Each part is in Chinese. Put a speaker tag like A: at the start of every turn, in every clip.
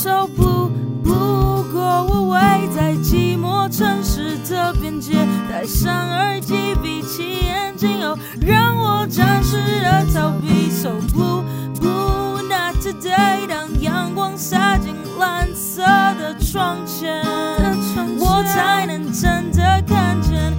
A: so blue。不过我会在寂寞城市的边界戴上耳机，闭起眼睛，让我暂时的逃避。So blue not today。当阳光洒进蓝色的窗前，我才能真的看见。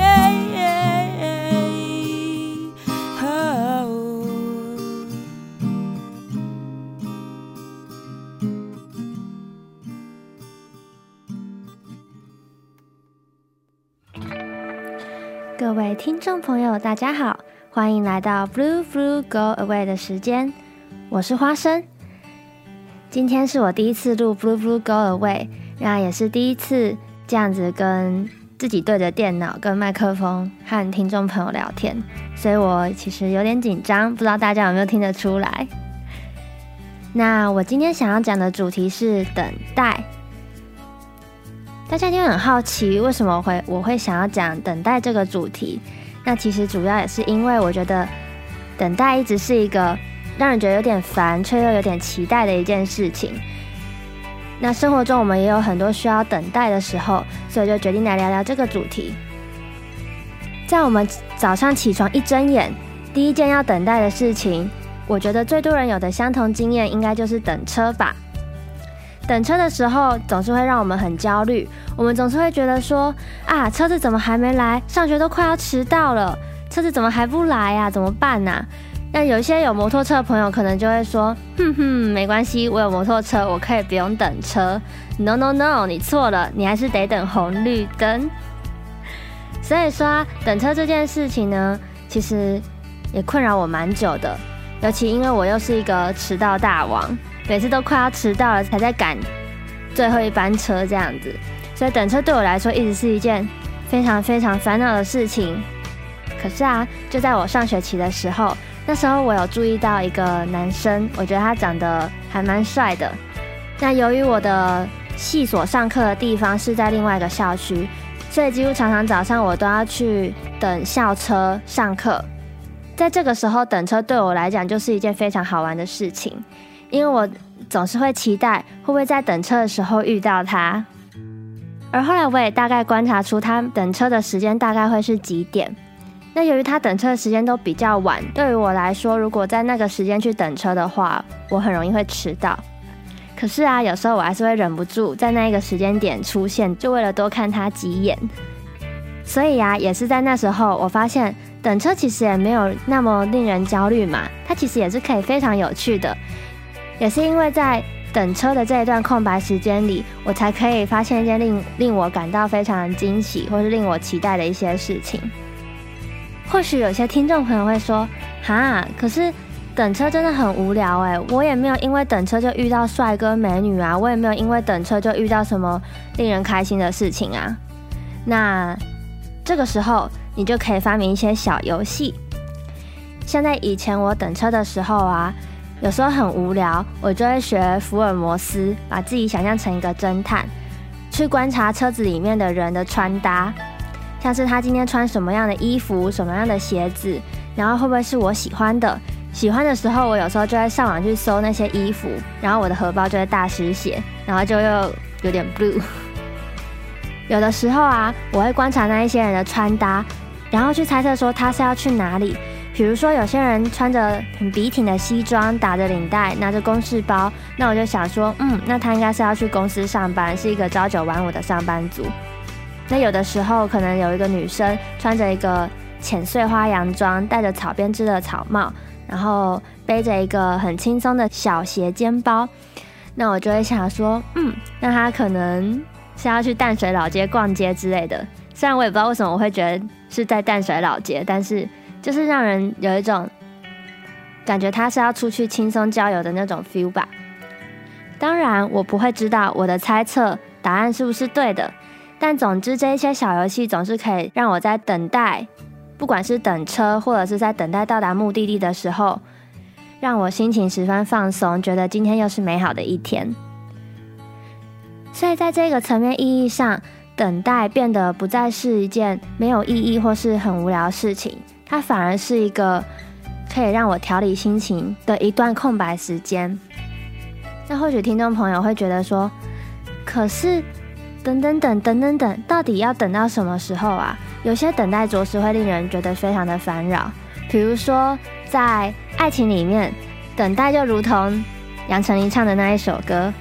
B: 各位听众朋友大家好，欢迎来到 Blue Flu Go Away 的时间，我是花生。今天是我第一次录 Blue Flu Go Away， 那也是第一次这样子跟自己对着电脑跟麦克风和听众朋友聊天，所以我其实有点紧张，不知道大家有没有听得出来。那我今天想要讲的主题是等待。大家一定很好奇为什么我会想要讲等待这个主题，那其实主要也是因为我觉得等待一直是一个让人觉得有点烦却又有点期待的一件事情。那生活中我们也有很多需要等待的时候，所以就决定来聊聊这个主题。在我们早上起床一睁眼，第一件要等待的事情，我觉得最多人有的相同经验应该就是等车吧。等车的时候总是会让我们很焦虑，我们总是会觉得说啊，车子怎么还没来？上学都快要迟到了，车子怎么还不来啊？怎么办啊？那有一些有摩托车的朋友可能就会说，没关系，我有摩托车，我可以不用等车。No， 你错了，你还是得等红绿灯。所以说等车这件事情呢，其实也困扰我蛮久的，尤其因为我又是一个迟到大王，每次都快要迟到了才在赶最后一班车这样子，所以等车对我来说一直是一件非常非常烦恼的事情。可是啊，就在我上学期的时候，那时候我有注意到一个男生，我觉得他长得还蛮帅的。那由于我的系所上课的地方是在另外一个校区，所以几乎常常早上我都要去等校车上课。在这个时候等车对我来讲就是一件非常好玩的事情，因为我总是会期待会不会在等车的时候遇到他。而后来我也大概观察出他等车的时间大概会是几点。那由于他等车的时间都比较晚，对于我来说，如果在那个时间去等车的话，我很容易会迟到。可是啊，有时候我还是会忍不住在那一个时间点出现，就为了多看他几眼。所以啊，也是在那时候我发现等车其实也没有那么令人焦虑嘛，它其实也是可以非常有趣的。也是因为在等车的这一段空白时间里，我才可以发现一件令我感到非常惊喜或是令我期待的一些事情。或许有些听众朋友会说，哈，可是等车真的很无聊耶，我也没有因为等车就遇到帅哥美女啊，我也没有因为等车就遇到什么令人开心的事情啊。那这个时候你就可以发明一些小游戏。像在以前我等车的时候啊，有时候很无聊，我就会学福尔摩斯，把自己想象成一个侦探，去观察车子里面的人的穿搭，像是他今天穿什么样的衣服，什么样的鞋子，然后会不会是我喜欢的。喜欢的时候，我有时候就会上网去搜那些衣服，然后我的荷包就会大失血，然后就又有点 blue。 有的时候啊，我会观察那一些人的穿搭，然后去猜测说他是要去哪里。比如说有些人穿着很笔挺的西装，打着领带，拿着公事包，那我就想说那他应该是要去公司上班，是一个朝9晚5的上班族。那有的时候可能有一个女生穿着一个浅碎花洋装，戴着草编织的草帽，然后背着一个很轻松的小斜肩包，那我就会想说那她可能是要去淡水老街逛街之类的。虽然我也不知道为什么我会觉得是在淡水老街，但是就是让人有一种感觉她是要出去轻松郊游的那种 feel 吧。当然我不会知道我的猜测答案是不是对的，但总之这一些小游戏总是可以让我在等待，不管是等车或者是在等待到达目的地的时候，让我心情十分放松，觉得今天又是美好的一天。所以在这个层面意义上，等待变得不再是一件没有意义或是很无聊的事情，它反而是一个可以让我调理心情的一段空白时间。 那或许听众朋友会觉得说，可是等，到底要等到什么时候啊？有些等待着实会令人觉得非常的烦扰。比如说，在爱情里面，等待就如同杨丞琳唱的那一首歌。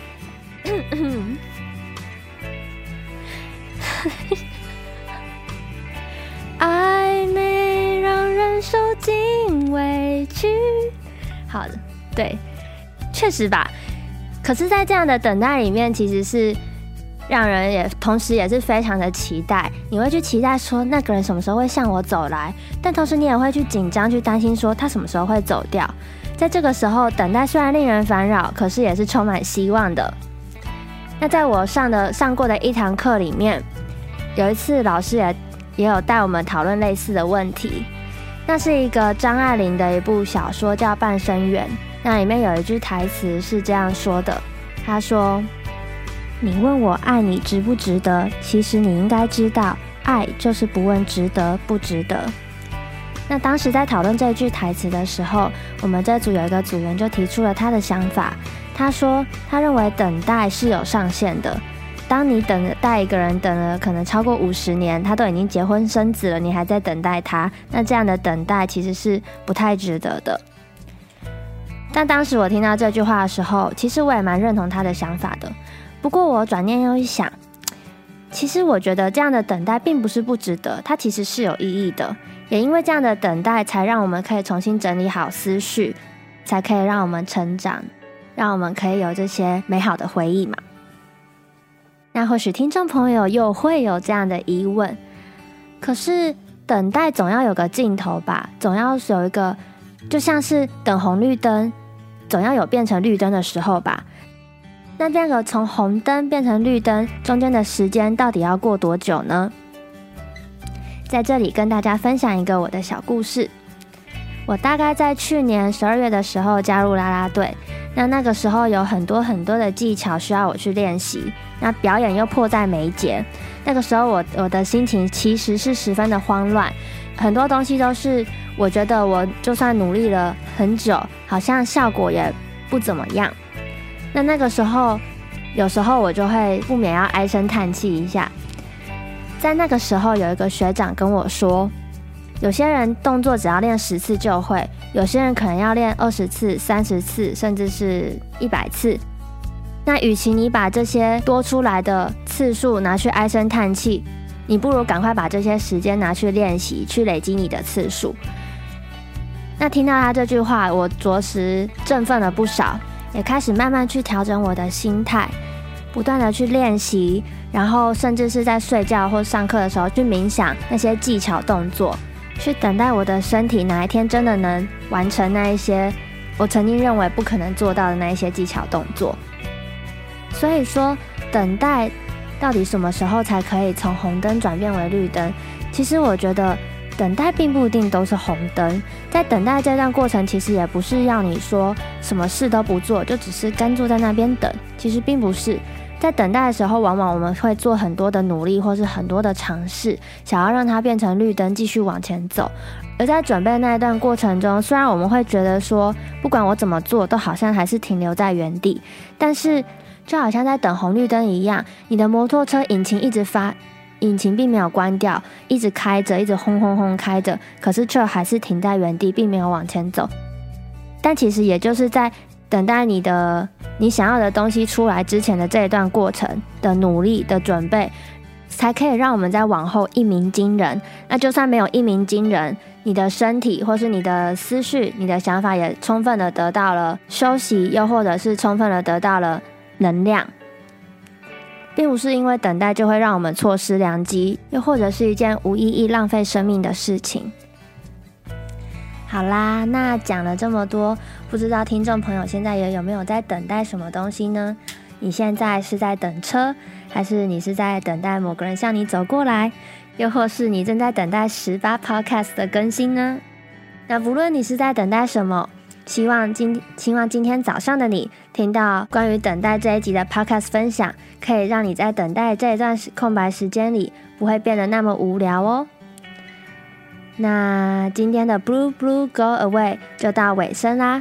B: 暧昧让人受尽委屈。好的，对，确实吧。可是，在这样的等待里面，其实是让人也同时也是非常的期待。你会去期待说那个人什么时候会向我走来，但同时你也会去紧张、去担心说他什么时候会走掉。在这个时候，等待虽然令人烦扰，可是也是充满希望的。那在我上过的一堂课里面，有一次老师也有带我们讨论类似的问题。那是一个张爱玲的一部小说叫《半生缘》，那里面有一句台词是这样说的，他说：你问我爱你值不值得，其实你应该知道，爱就是不问值得不值得。那当时在讨论这句台词的时候，我们这组有一个组员就提出了他的想法。他说他认为等待是有上限的，当你等待一个人等了可能超过50年，他都已经结婚生子了，你还在等待他，那这样的等待其实是不太值得的。但当时我听到这句话的时候，其实我也蛮认同他的想法的。不过我转念又一想，其实我觉得这样的等待并不是不值得，它其实是有意义的。也因为这样的等待，才让我们可以重新整理好思绪，才可以让我们成长，让我们可以有这些美好的回忆嘛。那或许听众朋友又会有这样的疑问，可是等待总要有个尽头吧，总要有一个，就像是等红绿灯，总要有变成绿灯的时候吧。那这个从红灯变成绿灯中间的时间到底要过多久呢？在这里跟大家分享一个我的小故事。我大概在去年12月的时候加入啦啦队，那个时候有很多的技巧需要我去练习，那表演又迫在眉睫。那个时候我的心情其实是十分的慌乱，很多东西都是我觉得我就算努力了很久，好像效果也不怎么样。那个时候有时候我就会不免要唉声叹气一下。在那个时候有一个学长跟我说，有些人动作只要练10次就会，有些人可能要练20次、30次，甚至是100次。那与其你把这些多出来的次数拿去唉声叹气，你不如赶快把这些时间拿去练习，去累积你的次数。那听到他这句话，我着实振奋了不少，也开始慢慢去调整我的心态，不断的去练习，然后甚至是在睡觉或上课的时候去冥想那些技巧动作，去等待我的身体哪一天真的能完成那一些我曾经认为不可能做到的那一些技巧动作。所以说，等待到底什么时候才可以从红灯转变为绿灯？其实我觉得等待并不一定都是红灯，在等待这段过程，其实也不是要你说什么事都不做，就只是干坐在那边等，其实并不是。在等待的时候，往往我们会做很多的努力，或是很多的尝试，想要让它变成绿灯，继续往前走。而在准备那一段过程中，虽然我们会觉得说，不管我怎么做，都好像还是停留在原地，但是就好像在等红绿灯一样，你的摩托车引擎一直发，引擎并没有关掉，一直开着，一直轰轰轰开着，可是却还是停在原地，并没有往前走。但其实也就是在等待你想要的东西出来之前的这一段过程的努力的准备，才可以让我们在往后一鸣惊人。那就算没有一鸣惊人，你的身体或是你的思绪、你的想法也充分的得到了休息，又或者是充分的得到了能量，并不是因为等待就会让我们错失良机，又或者是一件无意义浪费生命的事情。好啦，那讲了这么多，不知道听众朋友现在也有没有在等待什么东西呢？你现在是在等车，还是你是在等待某个人向你走过来，又或是你正在等待18 Podcast 的更新呢？那不论你是在等待什么，希望今天早上的你听到关于等待这一集的 Podcast 分享，可以让你在等待这一段空白时间里不会变得那么无聊哦。那今天的 Blue Blue Go Away 就到尾声啦。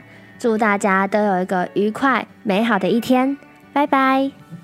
B: 祝大家都有一个愉快美好的一天，拜拜。